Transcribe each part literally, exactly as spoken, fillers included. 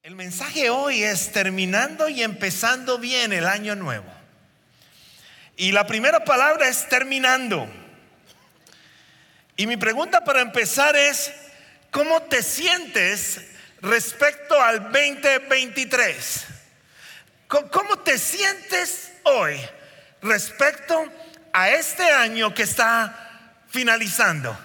El mensaje hoy es terminando y empezando bien el año nuevo. Y la primera palabra es terminando. Y mi pregunta para empezar es: ¿cómo te sientes respecto al veinte veintitrés? ¿Cómo te sientes hoy respecto a este año que está finalizando?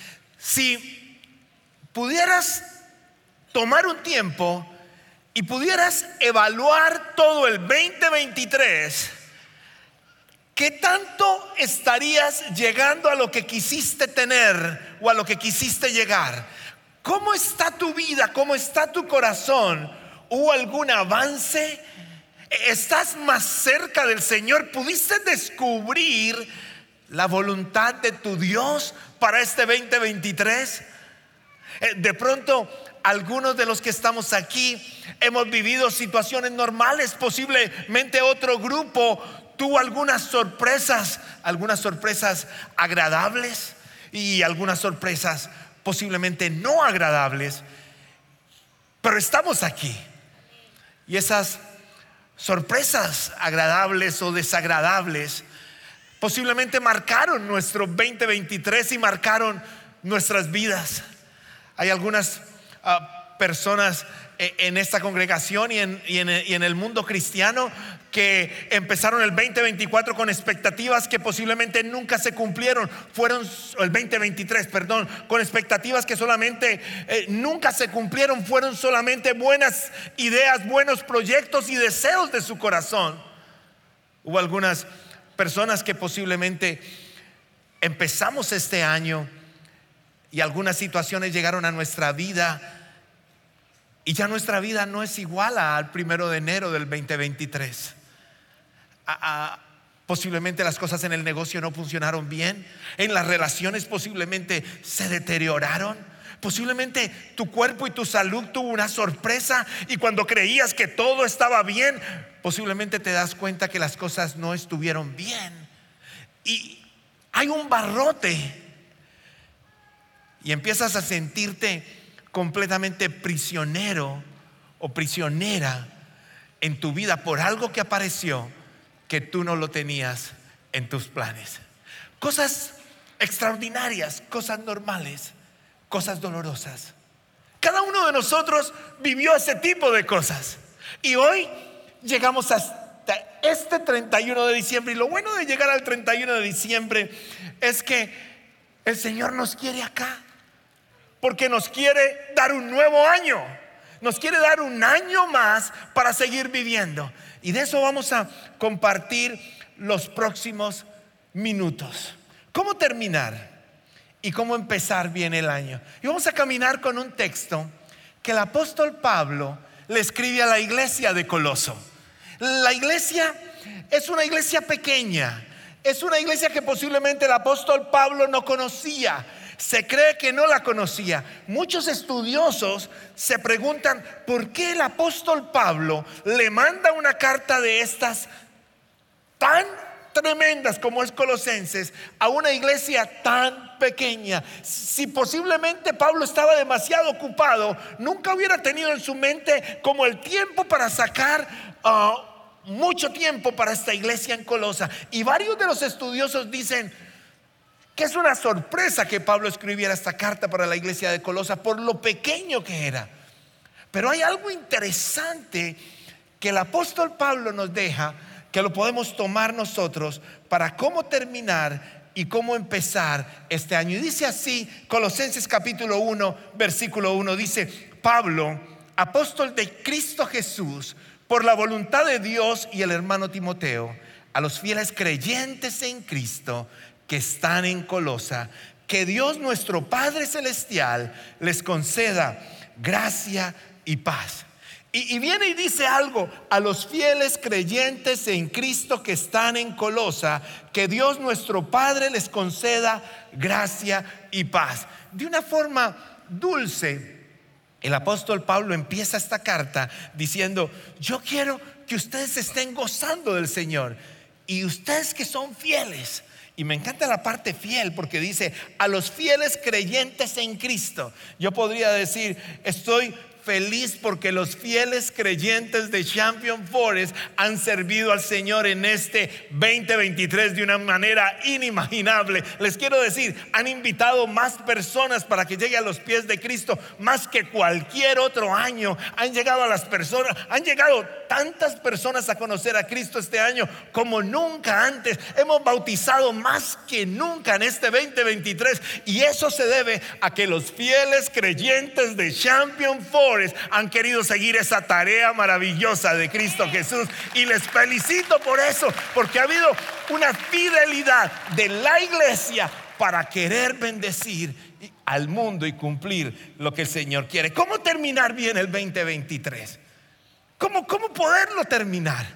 Si pudieras tomar un tiempo y pudieras evaluar todo el veinte veintitrés, ¿qué tanto estarías llegando a lo que quisiste tener o a lo que quisiste llegar? ¿Cómo está tu vida? ¿Cómo está tu corazón? ¿Hubo algún avance? ¿Estás más cerca del Señor? ¿Pudiste descubrir la voluntad de tu Dios para este veinte veintitrés? De pronto, algunos de los que estamos aquí hemos vivido situaciones normales. Posiblemente otro grupo tuvo algunas sorpresas, algunas sorpresas agradables y algunas sorpresas posiblemente no agradables. Pero estamos aquí, y esas sorpresas agradables o desagradables posiblemente marcaron nuestro veinte veintitrés y marcaron nuestras vidas. Hay algunas uh, personas en esta congregación y en, y, en, y en el mundo cristiano que empezaron el veinte veinticuatro con expectativas que posiblemente nunca se cumplieron. Fueron el veinte veintitrés, perdón, con expectativas que solamente eh, nunca se cumplieron. Fueron solamente buenas ideas, buenos proyectos y deseos de su corazón. Hubo algunas personas que posiblemente empezamos este año y algunas situaciones llegaron a nuestra vida, y ya nuestra vida no es igual al primero de enero del veinte veintitrés. A, a, posiblemente las cosas en el negocio no funcionaron bien, en las relaciones posiblemente se deterioraron, posiblemente tu cuerpo y tu salud tuvo una sorpresa, y cuando creías que todo estaba bien, posiblemente te das cuenta que las cosas no estuvieron bien, y hay un barrote, y empiezas a sentirte completamente prisionero o prisionera en tu vida por algo que apareció que tú no lo tenías en tus planes. Cosas extraordinarias, cosas normales, cosas dolorosas. Cada uno de nosotros vivió ese tipo de cosas, y hoy llegamos hasta este treinta y uno de diciembre. Y lo bueno de llegar al treinta y uno de diciembre es que el Señor nos quiere acá, porque nos quiere dar un nuevo año, nos quiere dar un año más para seguir viviendo. Y de eso vamos a compartir los próximos minutos. ¿Cómo terminar y cómo empezar bien el año? Y vamos a caminar con un texto que el apóstol Pablo le escribe a la iglesia de Coloso. La iglesia es una iglesia pequeña, es una iglesia que posiblemente el apóstol Pablo no conocía. Se cree que no la conocía. Muchos estudiosos se preguntan por qué el apóstol Pablo le manda una carta de estas tan tremendas como es Colosenses a una iglesia tan pequeña. Si posiblemente Pablo estaba demasiado ocupado, nunca hubiera tenido en su mente como el tiempo para sacar uh, mucho tiempo para esta iglesia en Colosa. Y varios de los estudiosos dicen que es una sorpresa que Pablo escribiera esta carta para la iglesia de Colosa por lo pequeño que era. Pero hay algo interesante que el apóstol Pablo nos deja, que lo podemos tomar nosotros para cómo terminar y cómo empezar este año. Y dice así, Colosenses capítulo uno, versículo uno, dice: Pablo, apóstol de Cristo Jesús, por la voluntad de Dios, y el hermano Timoteo, a los fieles creyentes en Cristo que están en Colosa, que Dios nuestro Padre Celestial les conceda gracia y paz. Y, y viene y dice algo: a los fieles creyentes en Cristo que están en Colosa, que Dios nuestro Padre les conceda gracia y paz. De una forma dulce, el apóstol Pablo empieza esta carta diciendo: yo quiero que ustedes estén gozando del Señor, y ustedes que son fieles. Y me encanta la parte fiel, porque dice: a los fieles creyentes en Cristo. Yo podría decir: estoy feliz porque los fieles creyentes de Champion Forest han servido al Señor en este veinte veintitrés de una manera inimaginable. Les quiero decir, han invitado más personas para que llegue a los pies de Cristo, más que cualquier otro año. Han llegado a las personas, han llegado tantas personas a conocer a Cristo este año como nunca antes. Hemos bautizado más que nunca en este veinte veintitrés, y eso se debe a que los fieles creyentes de Champion Forest han querido seguir esa tarea maravillosa de Cristo Jesús, y les felicito por eso, porque ha habido una fidelidad de la iglesia para querer bendecir al mundo y cumplir lo que el Señor quiere. ¿Cómo terminar bien el veinte veintitrés? ¿Cómo, cómo poderlo terminar?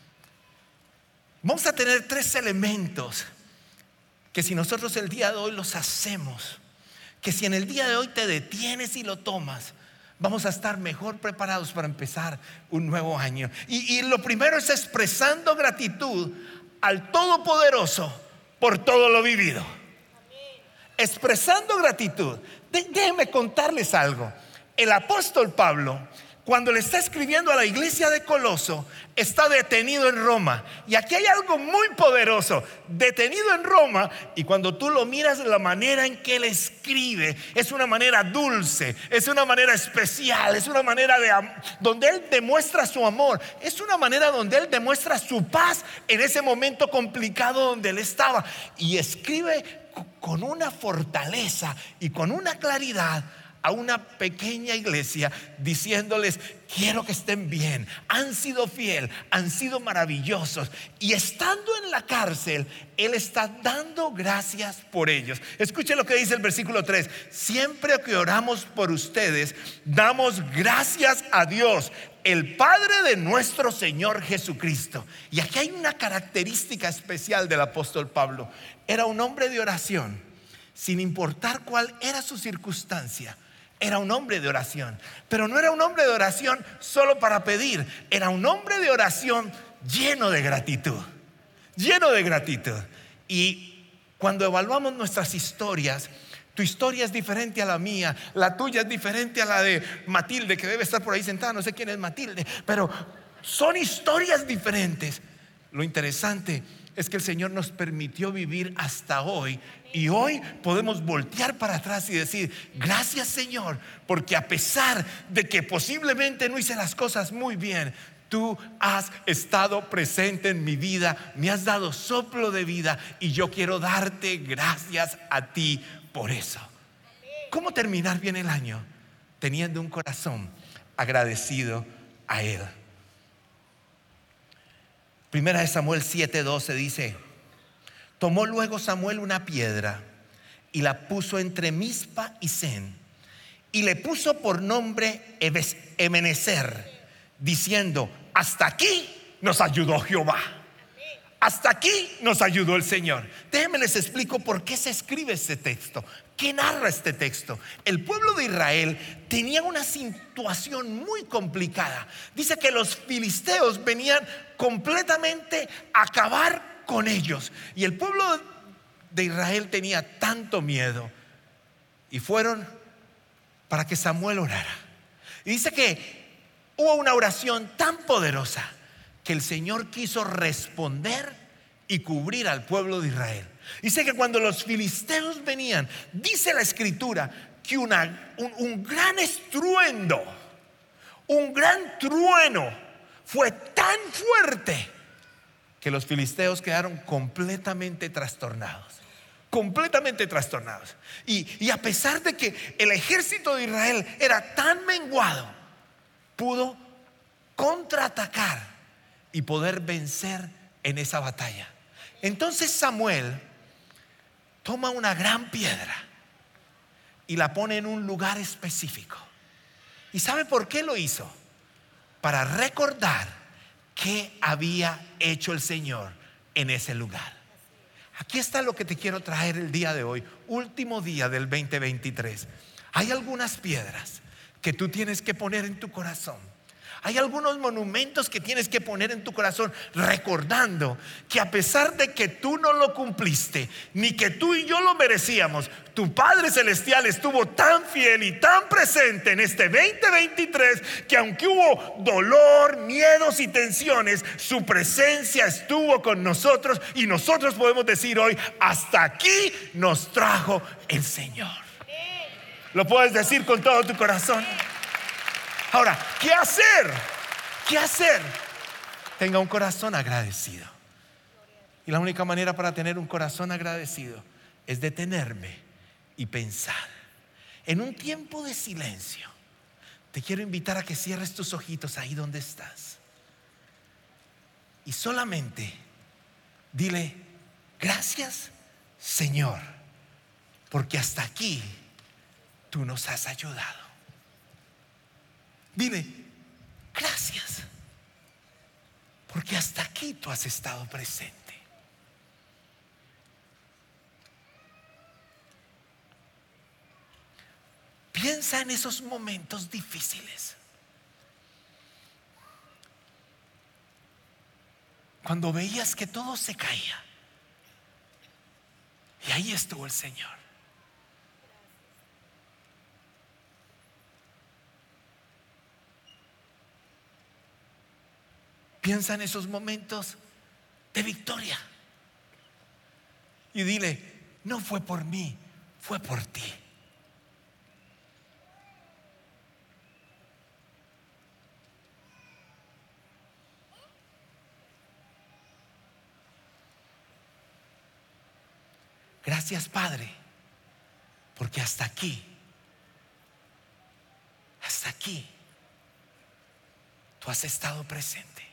Vamos a tener tres elementos que si nosotros el día de hoy los hacemos, que si en el día de hoy te detienes y lo tomas, vamos a estar mejor preparados para empezar un nuevo año. Y, y lo primero es expresando gratitud al Todopoderoso por todo lo vivido. Amén. Expresando gratitud. De, déjenme contarles algo. El apóstol Pablo, cuando le está escribiendo a la iglesia de Coloso, está detenido en Roma. Y aquí hay algo muy poderoso. Detenido en Roma, y cuando tú lo miras, la manera en que él escribe es una manera dulce, es una manera especial, es una manera de donde él demuestra su amor, es una manera donde él demuestra su paz en ese momento complicado donde él estaba. Y escribe con una fortaleza y con una claridad a una pequeña iglesia, diciéndoles: quiero que estén bien, han sido fiel, han sido maravillosos. Y estando en la cárcel, él está dando gracias por ellos. Escuche lo que dice el versículo tres: siempre que oramos por ustedes, damos gracias a Dios, el Padre de nuestro Señor Jesucristo. Y aquí hay una característica especial del apóstol Pablo. Era un hombre de oración, sin importar cuál era su circunstancia. Era un hombre de oración, pero no era un hombre de oración solo para pedir. Era un hombre de oración lleno de gratitud, lleno de gratitud. Y cuando evaluamos nuestras historias, tu historia es diferente a la mía, la tuya es diferente a la de Matilde, que debe estar por ahí sentada. No sé quién es Matilde, pero son historias diferentes. Lo interesante es que el Señor nos permitió vivir hasta hoy, y hoy podemos voltear para atrás y decir: gracias, Señor, porque a pesar de que posiblemente no hice las cosas muy bien, tú has estado presente en mi vida, me has dado soplo de vida, y yo quiero darte gracias a ti por eso. ¿Cómo terminar bien el año? Teniendo un corazón agradecido a Él. Primera de Samuel siete doce dice: tomó luego Samuel una piedra y la puso entre Mizpa y Sen, y le puso por nombre Ebenezer, diciendo: hasta aquí nos ayudó Jehová, hasta aquí nos ayudó el Señor. Déjenme les explico por qué se escribe este texto. ¿Qué narra este texto? El pueblo de Israel tenía una situación muy complicada. Dice que los filisteos venían completamente a acabar con ellos, y el pueblo de Israel tenía tanto miedo, y fueron para que Samuel orara. Y dice que hubo una oración tan poderosa que el Señor quiso responder y cubrir al pueblo de Israel. Dice que cuando los filisteos venían, dice la escritura que una, un, un gran estruendo, un gran trueno fue tan fuerte que los filisteos quedaron completamente trastornados, completamente trastornados. Y, y a pesar de que el ejército de Israel era tan menguado, pudo contraatacar y poder vencer en esa batalla. Entonces Samuel toma una gran piedra y la pone en un lugar específico. ¿Y sabe por qué lo hizo? Para recordar qué había hecho el Señor en ese lugar. Aquí está lo que te quiero traer el día de hoy, último día del veinte veintitrés. Hay algunas piedras que tú tienes que poner en tu corazón. Hay algunos monumentos que tienes que poner en tu corazón, recordando que a pesar de que tú no lo cumpliste, ni que tú y yo lo merecíamos, tu Padre Celestial estuvo tan fiel y tan presente en este veinte veintitrés, que aunque hubo dolor, miedos y tensiones, su presencia estuvo con nosotros. Y nosotros podemos decir hoy: hasta aquí nos trajo el Señor. Lo puedes decir con todo tu corazón. Ahora, ¿qué hacer? ¿Qué hacer? Tenga un corazón agradecido. Y la única manera para tener un corazón agradecido es detenerme y pensar. En un tiempo de silencio, te quiero invitar a que cierres tus ojitos ahí donde estás. Y solamente dile: gracias, Señor, porque hasta aquí tú nos has ayudado. Dile: gracias, porque hasta aquí tú has estado presente. Piensa en esos momentos difíciles, cuando veías que todo se caía, y ahí estuvo el Señor. Piensa en esos momentos de victoria y dile: no fue por mí, fue por ti. Gracias, Padre, porque hasta aquí, hasta aquí, tú has estado presente.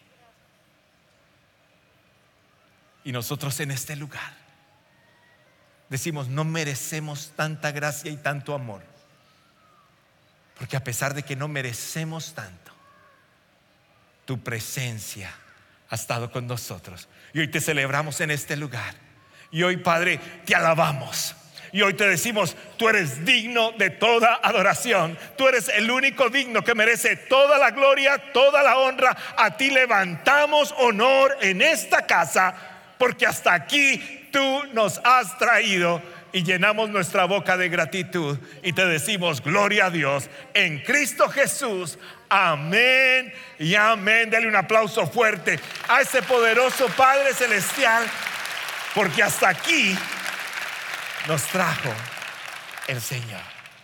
Y nosotros en este lugar decimos: no merecemos tanta gracia y tanto amor, porque a pesar de que no merecemos tanto, tu presencia ha estado con nosotros. Y hoy te celebramos en este lugar. Y hoy, Padre, te alabamos. Y hoy te decimos: tú eres digno de toda adoración. Tú eres el único digno que merece toda la gloria, toda la honra. A ti levantamos honor en esta casa, porque hasta aquí tú nos has traído. Y llenamos nuestra boca de gratitud y te decimos: gloria a Dios en Cristo Jesús. Amén y amén. Dale un aplauso fuerte a ese poderoso Padre Celestial, porque hasta aquí nos trajo el Señor.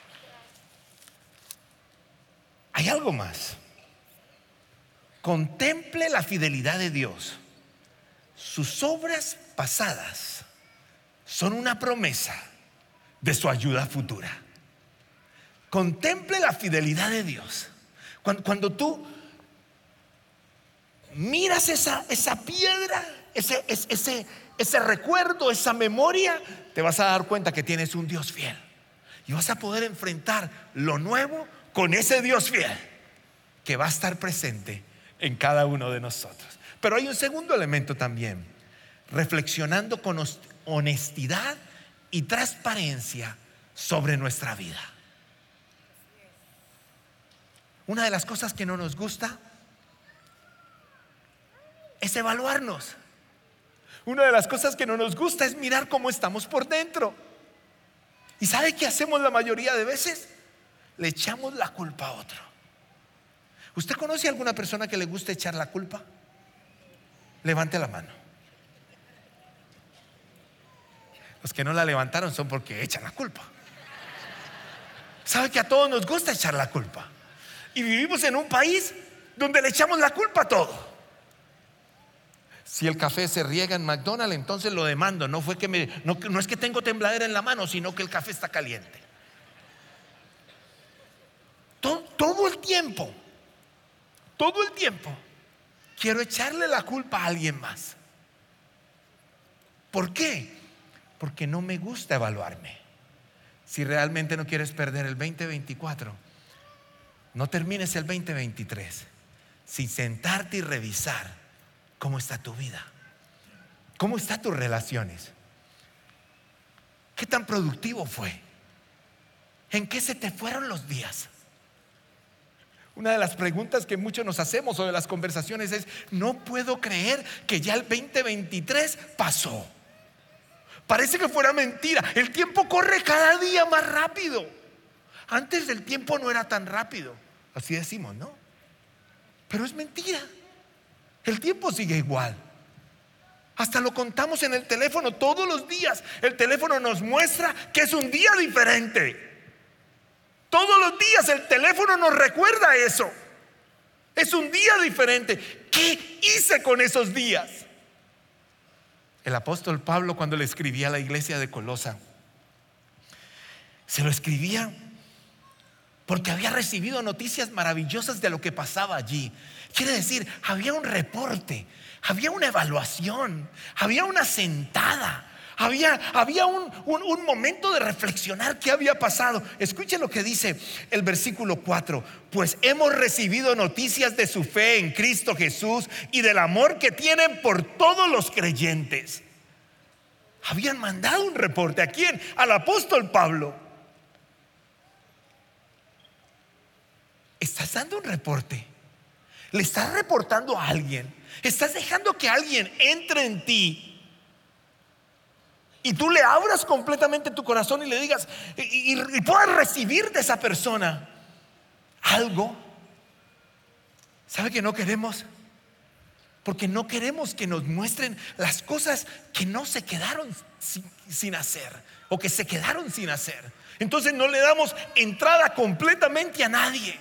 Hay algo más. Contemple la fidelidad de Dios. Sus obras pasadas son una promesa de su ayuda futura. Contemple la fidelidad de Dios. Cuando, cuando tú miras esa, esa piedra, ese, ese, ese recuerdo, esa memoria, te vas a dar cuenta que tienes un Dios fiel. Y vas a poder enfrentar lo nuevo con ese Dios fiel que va a estar presente en cada uno de nosotros. Pero hay un segundo elemento también: reflexionando con honestidad y transparencia sobre nuestra vida. Una de las cosas que no nos gusta es evaluarnos. Una de las cosas que no nos gusta es mirar cómo estamos por dentro. ¿Y sabe qué hacemos la mayoría de veces? Le echamos la culpa a otro. ¿Usted conoce a alguna persona que le gusta echar la culpa? Levante la mano. Los que no la levantaron son porque echan la culpa. ¿Sabe que a todos nos gusta echar la culpa? Y vivimos en un país donde le echamos la culpa a todo. Si el café se riega en McDonald's, entonces lo demando. No fue que me, no, no es que tengo tembladera en la mano, sino que el café está caliente. Todo, todo el tiempo, todo el tiempo quiero echarle la culpa a alguien más. ¿Por qué? Porque no me gusta evaluarme. Si realmente no quieres perder el veinte veinticuatro, no termines el veinte veintitrés sin sentarte y revisar cómo está tu vida, cómo están tus relaciones, qué tan productivo fue, en qué se te fueron los días, Una de las preguntas que muchos nos hacemos o de las conversaciones es: no puedo creer que ya el veinte veintitrés pasó. Parece que fuera mentira. El tiempo corre cada día más rápido. Antes el tiempo no era tan rápido. Así decimos, ¿no? Pero es mentira. El tiempo sigue igual. Hasta lo contamos en el teléfono todos los días. El teléfono nos muestra que es un día diferente. Todos los días el teléfono nos recuerda eso. Es un día diferente. ¿Qué hice con esos días? El apóstol Pablo, cuando le escribía a la iglesia de Colosa, se lo escribía porque había recibido noticias maravillosas de lo que pasaba allí. Quiere decir, había un reporte, había una evaluación, había una sentada, Había, había un, un, un momento de reflexionar qué había pasado. Escuchen lo que dice el versículo cuatro: pues hemos recibido noticias de su fe en Cristo Jesús y del amor que tienen por todos los creyentes. Habían mandado un reporte. ¿A quién? Al apóstol Pablo. Estás dando un reporte. Le estás reportando a alguien. Estás dejando que alguien entre en ti y tú le abras completamente tu corazón y le digas y, y, y puedas recibir de esa persona algo. ¿Sabe que no queremos? Porque no queremos que nos muestren las cosas que no se quedaron sin, sin hacer, o que se quedaron sin hacer. Entonces no le damos entrada completamente a nadie.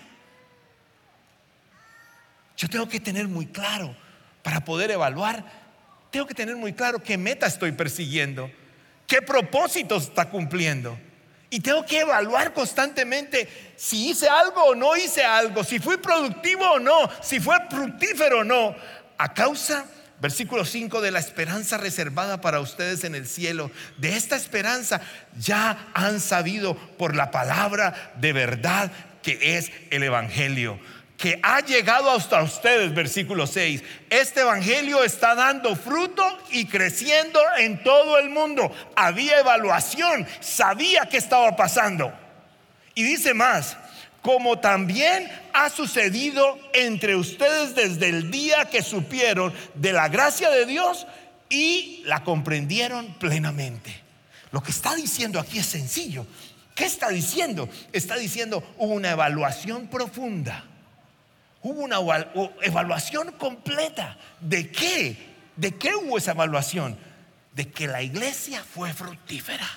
Yo tengo que tener muy claro, para poder evaluar, tengo que tener muy claro qué meta estoy persiguiendo, qué propósito está cumpliendo. Y tengo que evaluar constantemente si hice algo o no hice algo, si fui productivo o no, si fue fructífero o no. A causa, versículo cinco, de la esperanza reservada para ustedes en el cielo. De esta esperanza ya han sabido por la palabra de verdad que es el evangelio, que ha llegado hasta ustedes. Versículo seis: este evangelio está dando fruto y creciendo en todo el mundo. Había evaluación, sabía qué estaba pasando. Y dice más: como también ha sucedido entre ustedes desde el día que supieron de la gracia de Dios y la comprendieron plenamente. Lo que está diciendo aquí es sencillo. ¿Qué está diciendo? Está diciendo hubo una evaluación profunda. Hubo una evaluación completa. ¿De qué? ¿De qué hubo esa evaluación? De que la iglesia fue fructífera.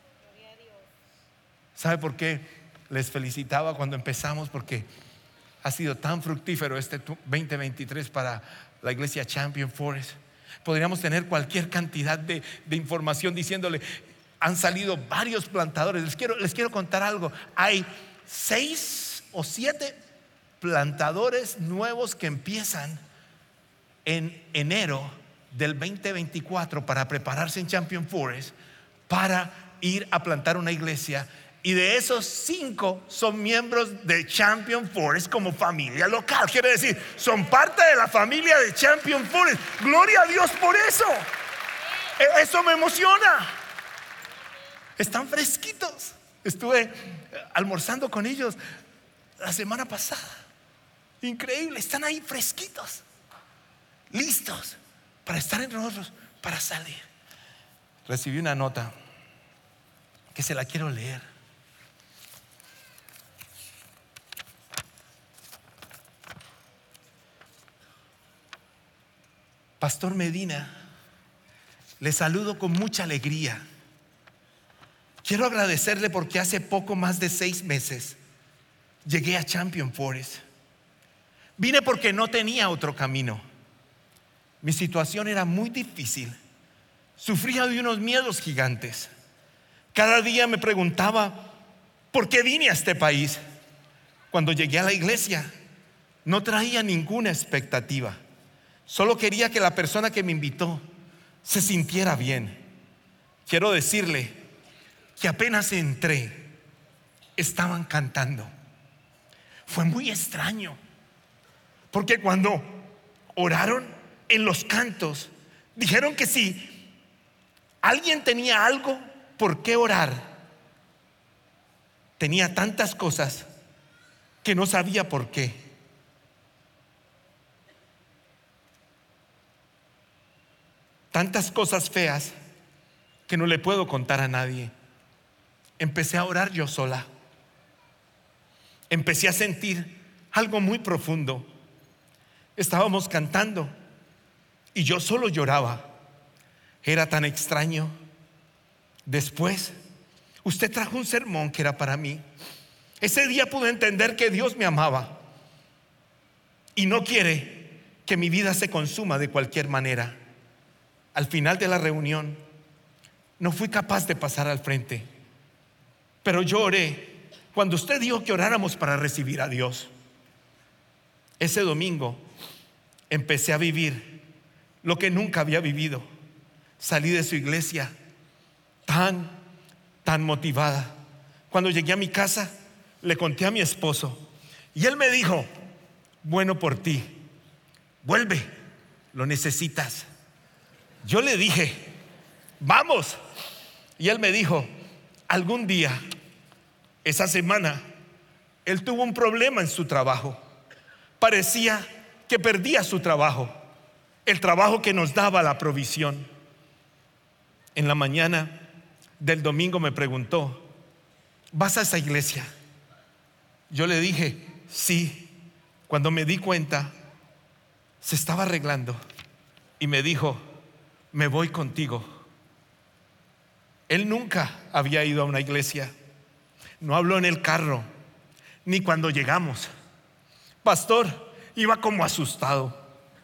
¿Sabe por qué les felicitaba cuando empezamos? Porque ha sido tan fructífero este veinte veintitrés para la iglesia Champion Forest. Podríamos tener cualquier cantidad de, de información diciéndole, han salido varios plantadores. Les quiero, les quiero contar algo. Hay seis o siete plantadores nuevos que empiezan en enero del veinte veinticuatro para prepararse en Champion Forest para ir a plantar una iglesia. Y de esos cinco son miembros de Champion Forest como familia local. Quiere decir, son parte de la familia de Champion Forest. Gloria a Dios por eso. Eso me emociona. Están fresquitos. Estuve almorzando con ellos la semana pasada. Increíble, están ahí fresquitos, listos para estar entre nosotros, para salir. Recibí una nota que se la quiero leer. Pastor Medina, le saludo con mucha alegría. Quiero agradecerle porque hace poco más de seis meses llegué a Champion Forest. Vine porque no tenía otro camino. Mi situación era muy difícil. Sufría de unos miedos gigantes. Cada día me preguntaba ¿por qué vine a este país? Cuando llegué a la iglesia no traía ninguna expectativa. Solo quería que la persona que me invitó se sintiera bien. Quiero decirle que apenas entré, estaban cantando. Fue muy extraño, porque cuando oraron en los cantos, dijeron que si alguien tenía algo por qué orar, tenía tantas cosas que no sabía por qué. tantas cosas feas que no le puedo contar a nadie. Empecé a orar yo sola. Empecé a sentir algo muy profundo. Estábamos cantando y yo solo lloraba. Era tan extraño. Después, usted trajo un sermón que era para mí. Ese día pude entender que Dios me amaba y no quiere que mi vida se consuma de cualquier manera. Al final de la reunión, no fui capaz de pasar al frente, pero yo oré cuando usted dijo que oráramos para recibir a Dios. Ese domingo empecé a vivir lo que nunca había vivido. Salí de su iglesia tan, tan motivada. Cuando llegué a mi casa, le conté a mi esposo y él me dijo: bueno por ti, vuelve, lo necesitas. Yo le dije: vamos. Y él me dijo: algún día, esa semana, él tuvo un problema en su trabajo. Parecía que perdía su trabajo, el trabajo que nos daba la provisión. En la mañana del domingo me preguntó: ¿vas a esa iglesia? Yo le dije: sí. Cuando me di cuenta, se estaba arreglando y me dijo: me voy contigo. Él nunca había ido a una iglesia. No habló en el carro, ni cuando llegamos. Pastor, iba como asustado.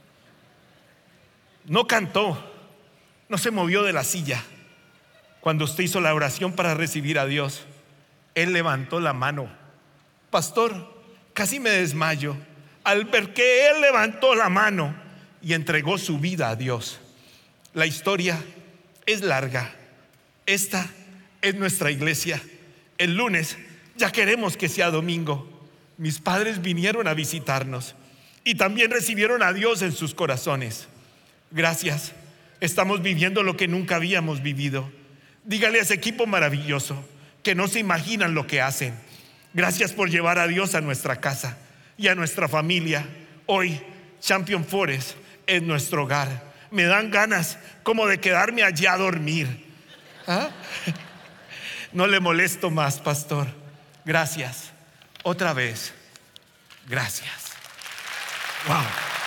No cantó, no se movió de la silla. Cuando usted hizo la oración para recibir a Dios, él levantó la mano. Pastor, casi me desmayo al ver que él levantó la mano y entregó su vida a Dios. La historia es larga. Esta es nuestra iglesia. El lunes ya queremos que sea domingo. Mis padres vinieron a visitarnos y también recibieron a Dios en sus corazones. Gracias. Estamos viviendo lo que nunca habíamos vivido. Dígale a ese equipo maravilloso que no se imaginan lo que hacen. Gracias por llevar a Dios a nuestra casa y a nuestra familia. Hoy Champion Forest es nuestro hogar. Me dan ganas como de quedarme allí a dormir. ¿Ah? No le molesto más, pastor. Gracias. Otra vez. Gracias. Wow.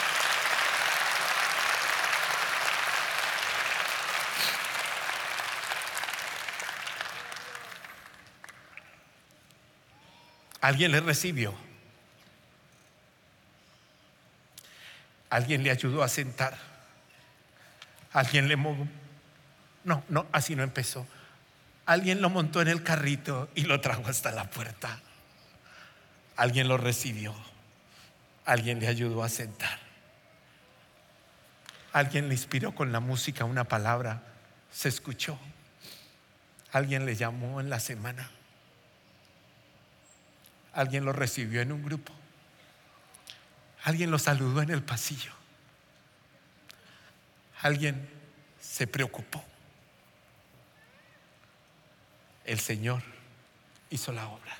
¿Alguien le recibió? ¿Alguien le ayudó a sentar? ¿Alguien le movió? No, no, así no empezó. Alguien lo montó en el carrito y lo trajo hasta la puerta. Alguien lo recibió. Alguien le ayudó a sentar. Alguien le inspiró con la música una palabra. Se escuchó. Alguien le llamó en la semana. Alguien lo recibió en un grupo. Alguien lo saludó en el pasillo. Alguien se preocupó. El Señor hizo la obra.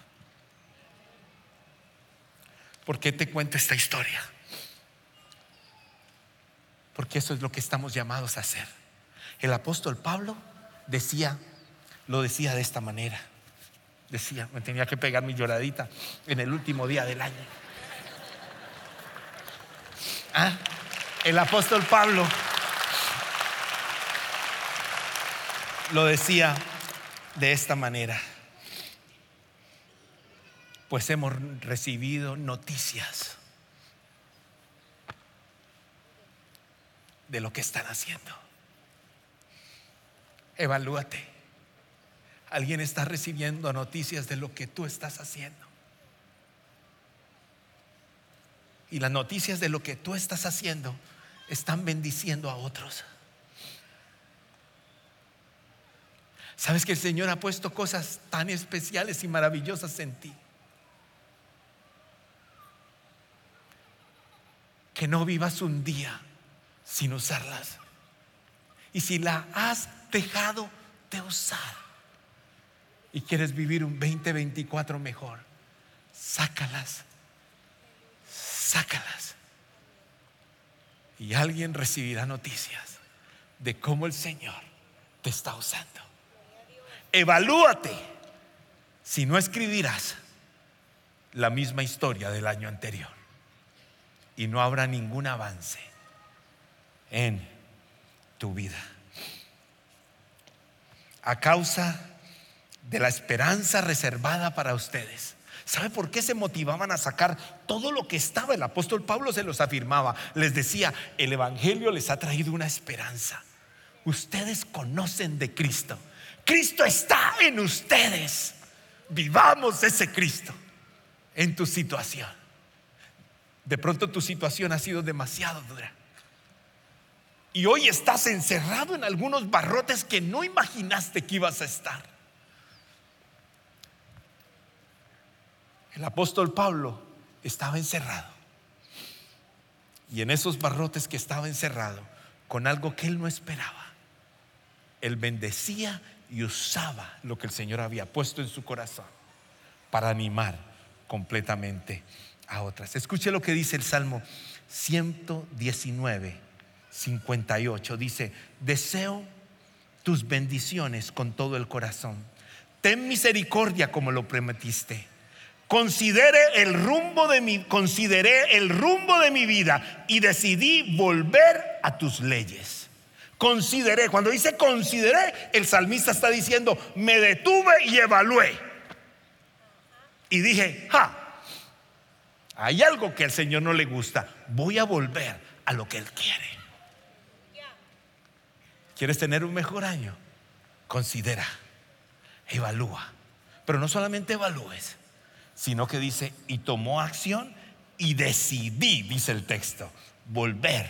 ¿Por qué te cuento esta historia? Porque eso es lo que estamos llamados a hacer. El apóstol Pablo decía, lo decía de esta manera. Decía, me tenía que pegar mi lloradita en el último día del año. ¿Ah? El apóstol Pablo lo decía de esta manera: pues hemos recibido noticias de lo que están haciendo. Evalúate. Alguien está recibiendo noticias de lo que tú estás haciendo. Y las noticias de lo que tú estás haciendo están bendiciendo a otros. ¿Sabes que el Señor ha puesto cosas tan especiales y maravillosas en ti? Que no vivas un día sin usarlas. Y si la has dejado de usar y quieres vivir un veinte veinticuatro mejor, sácalas. Sácalas. Y alguien recibirá noticias de cómo el Señor te está usando. Evalúate si no escribirás la misma historia del año anterior y no habrá ningún avance en tu vida. A causa de la esperanza reservada para ustedes. ¿Sabe por qué se motivaban a sacar todo lo que estaba? El apóstol Pablo se los afirmaba. Les decía: el evangelio les ha traído una esperanza. Ustedes conocen de Cristo. Cristo está en ustedes. Vivamos ese Cristo en tu situación. De pronto tu situación ha sido demasiado dura y hoy estás encerrado en algunos barrotes que no imaginaste que ibas a estar. El apóstol Pablo estaba encerrado, y en esos barrotes que estaba encerrado, con algo que él no esperaba, él bendecía y usaba lo que el Señor había puesto en su corazón para animar completamente a otras. Escuche lo que dice el Salmo ciento diecinueve, cincuenta y ocho. Dice: deseo tus bendiciones con todo el corazón. Ten misericordia como lo prometiste. Considere el rumbo de mi, consideré el rumbo de mi vida y decidí volver a tus leyes. Consideré, cuando dice consideré, el salmista está diciendo: me detuve y evalué y dije: ja, hay algo que al Señor no le gusta, voy a volver a lo que Él quiere. ¿Quieres tener un mejor año? Considera, evalúa, pero no solamente evalúes, sino que dice: y tomó acción y decidí, dice el texto, volver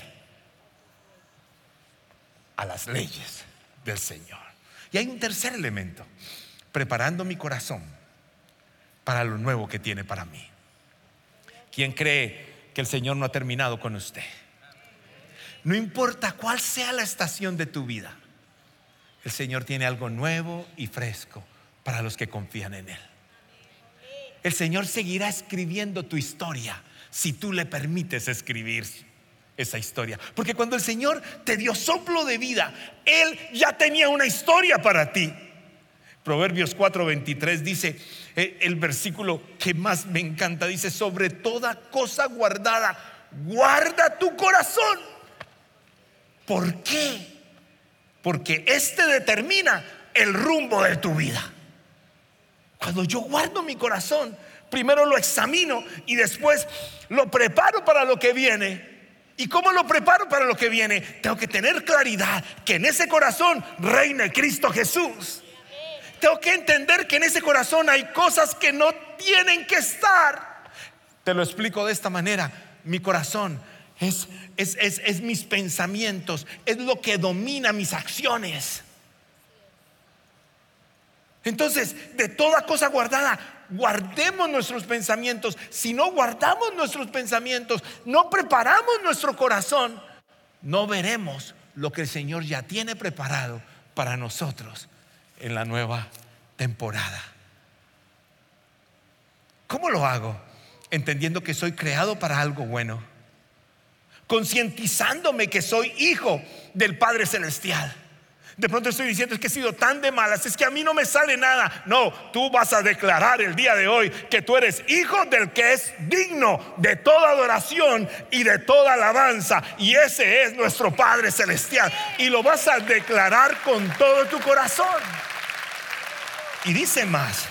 a las leyes del Señor. Y hay un tercer elemento: preparando mi corazón para lo nuevo que tiene para mí. ¿Quién cree que el Señor no ha terminado con usted? No importa cuál sea la estación de tu vida, el Señor tiene algo nuevo y fresco para los que confían en Él. El Señor seguirá escribiendo tu historia si tú le permites escribir esa historia. Porque cuando el Señor te dio soplo de vida, Él ya tenía una historia para ti. Proverbios cuatro veintitrés dice, eh, el versículo que más me encanta, dice: sobre toda cosa guardada, guarda tu corazón. ¿Por qué? Porque este determina el rumbo de tu vida. Cuando yo guardo mi corazón, primero lo examino y después lo preparo para lo que viene. ¿Y cómo lo preparo para lo que viene? Tengo que tener claridad que en ese corazón reine Cristo Jesús. Tengo que entender que en ese corazón hay cosas que no tienen que estar. Te lo explico de esta manera: mi corazón es, es, es, es mis pensamientos, es lo que domina mis acciones. Entonces, de toda cosa guardada, guardemos nuestros pensamientos. Si no guardamos nuestros pensamientos, no preparamos nuestro corazón, no veremos lo que el Señor ya tiene preparado para nosotros en la nueva temporada. ¿Cómo lo hago? Entendiendo que soy creado para algo bueno, concientizándome que soy hijo del Padre Celestial. De pronto estoy diciendo: es que he sido tan de malas, es que a mí no me sale nada. No, tú vas a declarar el día de hoy que tú eres hijo del que es digno de toda adoración y de toda alabanza, y ese es nuestro Padre Celestial. Y lo vas a declarar con todo tu corazón. Y dice más.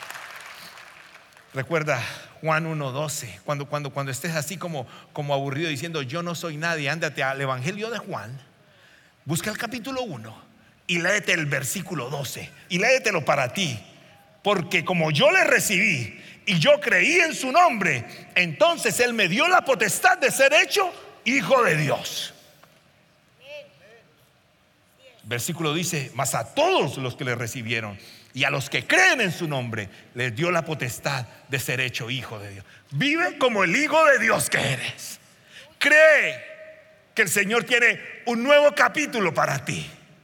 Recuerda Juan uno doce. Cuando, cuando, cuando estés así como, como aburrido diciendo: yo no soy nadie, ándate al Evangelio de Juan, busca el capítulo uno y léete el versículo doce y léetelo para ti. Porque como yo le recibí y yo creí en su nombre, entonces Él me dio la potestad de ser hecho hijo de Dios. Versículo dice: mas a todos los que le recibieron y a los que creen en su nombre, les dio la potestad de ser hecho hijo de Dios. Vive como el hijo de Dios que eres. Cree que el Señor tiene un nuevo capítulo para ti.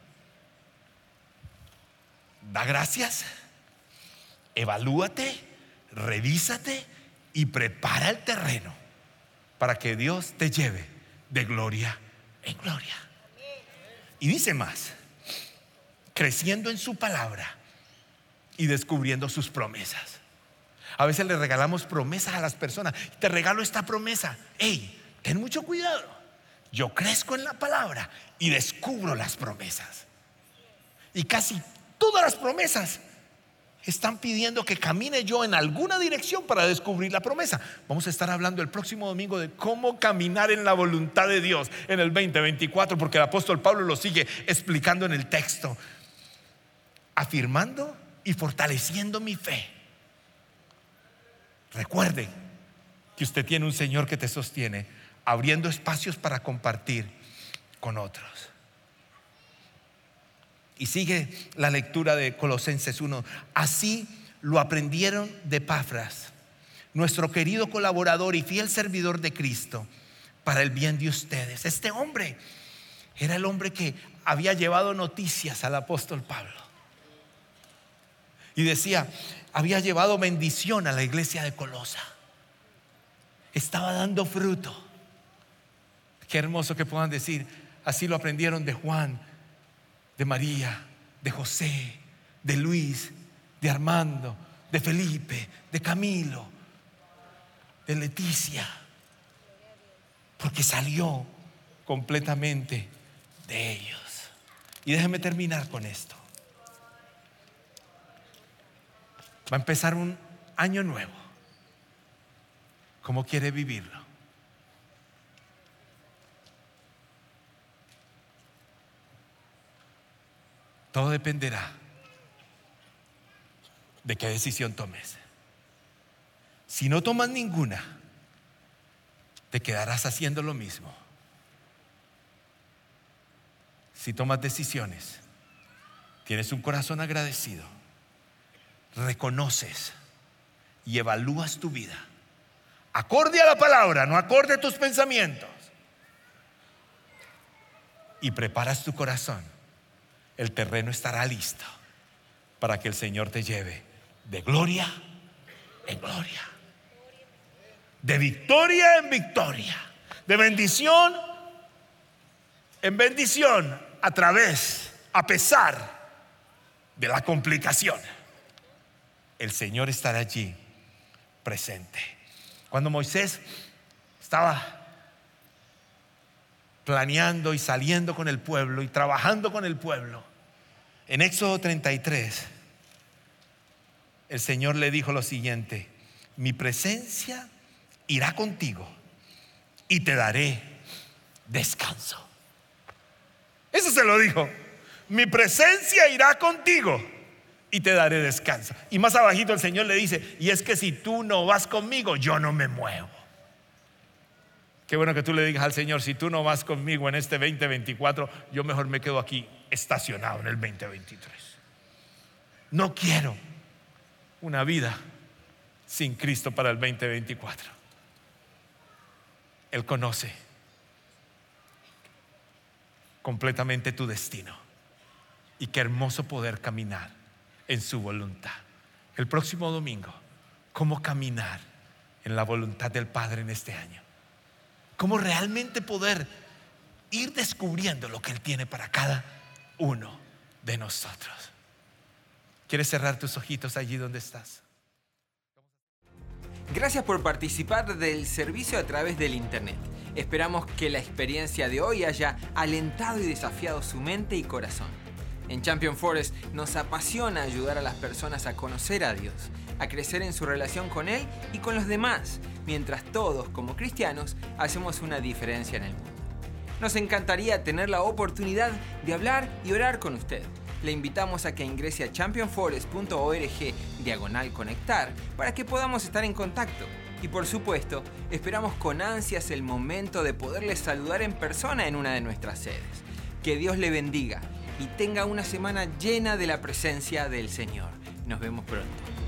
Da gracias, evalúate, revísate y prepara el terreno para que Dios te lleve de gloria en gloria. Y dice más, creciendo en su palabra y descubriendo sus promesas. A veces le regalamos promesas a las personas. Te regalo esta promesa. Hey, ten mucho cuidado. Yo crezco en la palabra y descubro las promesas. Y casi todas las promesas están pidiendo que camine yo en alguna dirección para descubrir la promesa. Vamos a estar hablando el próximo domingo de cómo caminar en la voluntad de Dios en el veinte veinticuatro, porque el apóstol Pablo lo sigue explicando en el texto, afirmando y fortaleciendo mi fe. Recuerde que usted tiene un Señor que te sostiene, abriendo espacios para compartir con otros. Y sigue la lectura de Colosenses uno. Así lo aprendieron de Epafras, nuestro querido colaborador y fiel servidor de Cristo, para el bien de ustedes. Este hombre era el hombre que había llevado noticias al apóstol Pablo. Y decía, había llevado bendición a la iglesia de Colosa. Estaba dando fruto. Qué hermoso que puedan decir, así lo aprendieron de Juan, de María, de José, de Luis, de Armando, de Felipe, de Camilo, de Leticia. Porque salió completamente de ellos. Y déjenme terminar con esto. Va a empezar un año nuevo. ¿Cómo quiere vivirlo? Todo dependerá de qué decisión tomes. Si no tomas ninguna, te quedarás haciendo lo mismo. Si tomas decisiones, tienes un corazón agradecido, reconoces y evalúas tu vida acorde a la palabra, no acorde a tus pensamientos, y preparas tu corazón, el terreno estará listo para que el Señor te lleve de gloria en gloria, de victoria en victoria, de bendición en bendición, a través, a pesar de la complicación. El Señor estará allí presente. Cuando Moisés estaba planeando y saliendo con el pueblo y trabajando con el pueblo, en Éxodo treinta y tres, el Señor le dijo lo siguiente: mi presencia irá contigo y te daré descanso. Eso se lo dijo. Mi presencia irá contigo y te daré descanso. Y más abajito el Señor le dice: y es que si tú no vas conmigo, yo no me muevo. Qué bueno que tú le digas al Señor: si tú no vas conmigo en este veinte veinticuatro, yo mejor me quedo aquí estacionado en el veinte veintitrés. No quiero una vida sin Cristo para el veinte veinticuatro. Él conoce completamente tu destino. Y qué hermoso poder caminar en su voluntad. El próximo domingo, cómo caminar en la voluntad del Padre en este año. Cómo realmente poder ir descubriendo lo que Él tiene para cada uno de nosotros. ¿Quieres cerrar tus ojitos allí donde estás? Gracias por participar del servicio a través del internet. Esperamos que la experiencia de hoy haya alentado y desafiado su mente y corazón. En Champion Forest nos apasiona ayudar a las personas a conocer a Dios, a crecer en su relación con Él y con los demás, mientras todos, como cristianos, hacemos una diferencia en el mundo. Nos encantaría tener la oportunidad de hablar y orar con usted. Le invitamos a que ingrese a champion forest punto org diagonal conectar para que podamos estar en contacto. Y por supuesto, esperamos con ansias el momento de poderles saludar en persona en una de nuestras sedes. Que Dios le bendiga y tenga una semana llena de la presencia del Señor. Nos vemos pronto.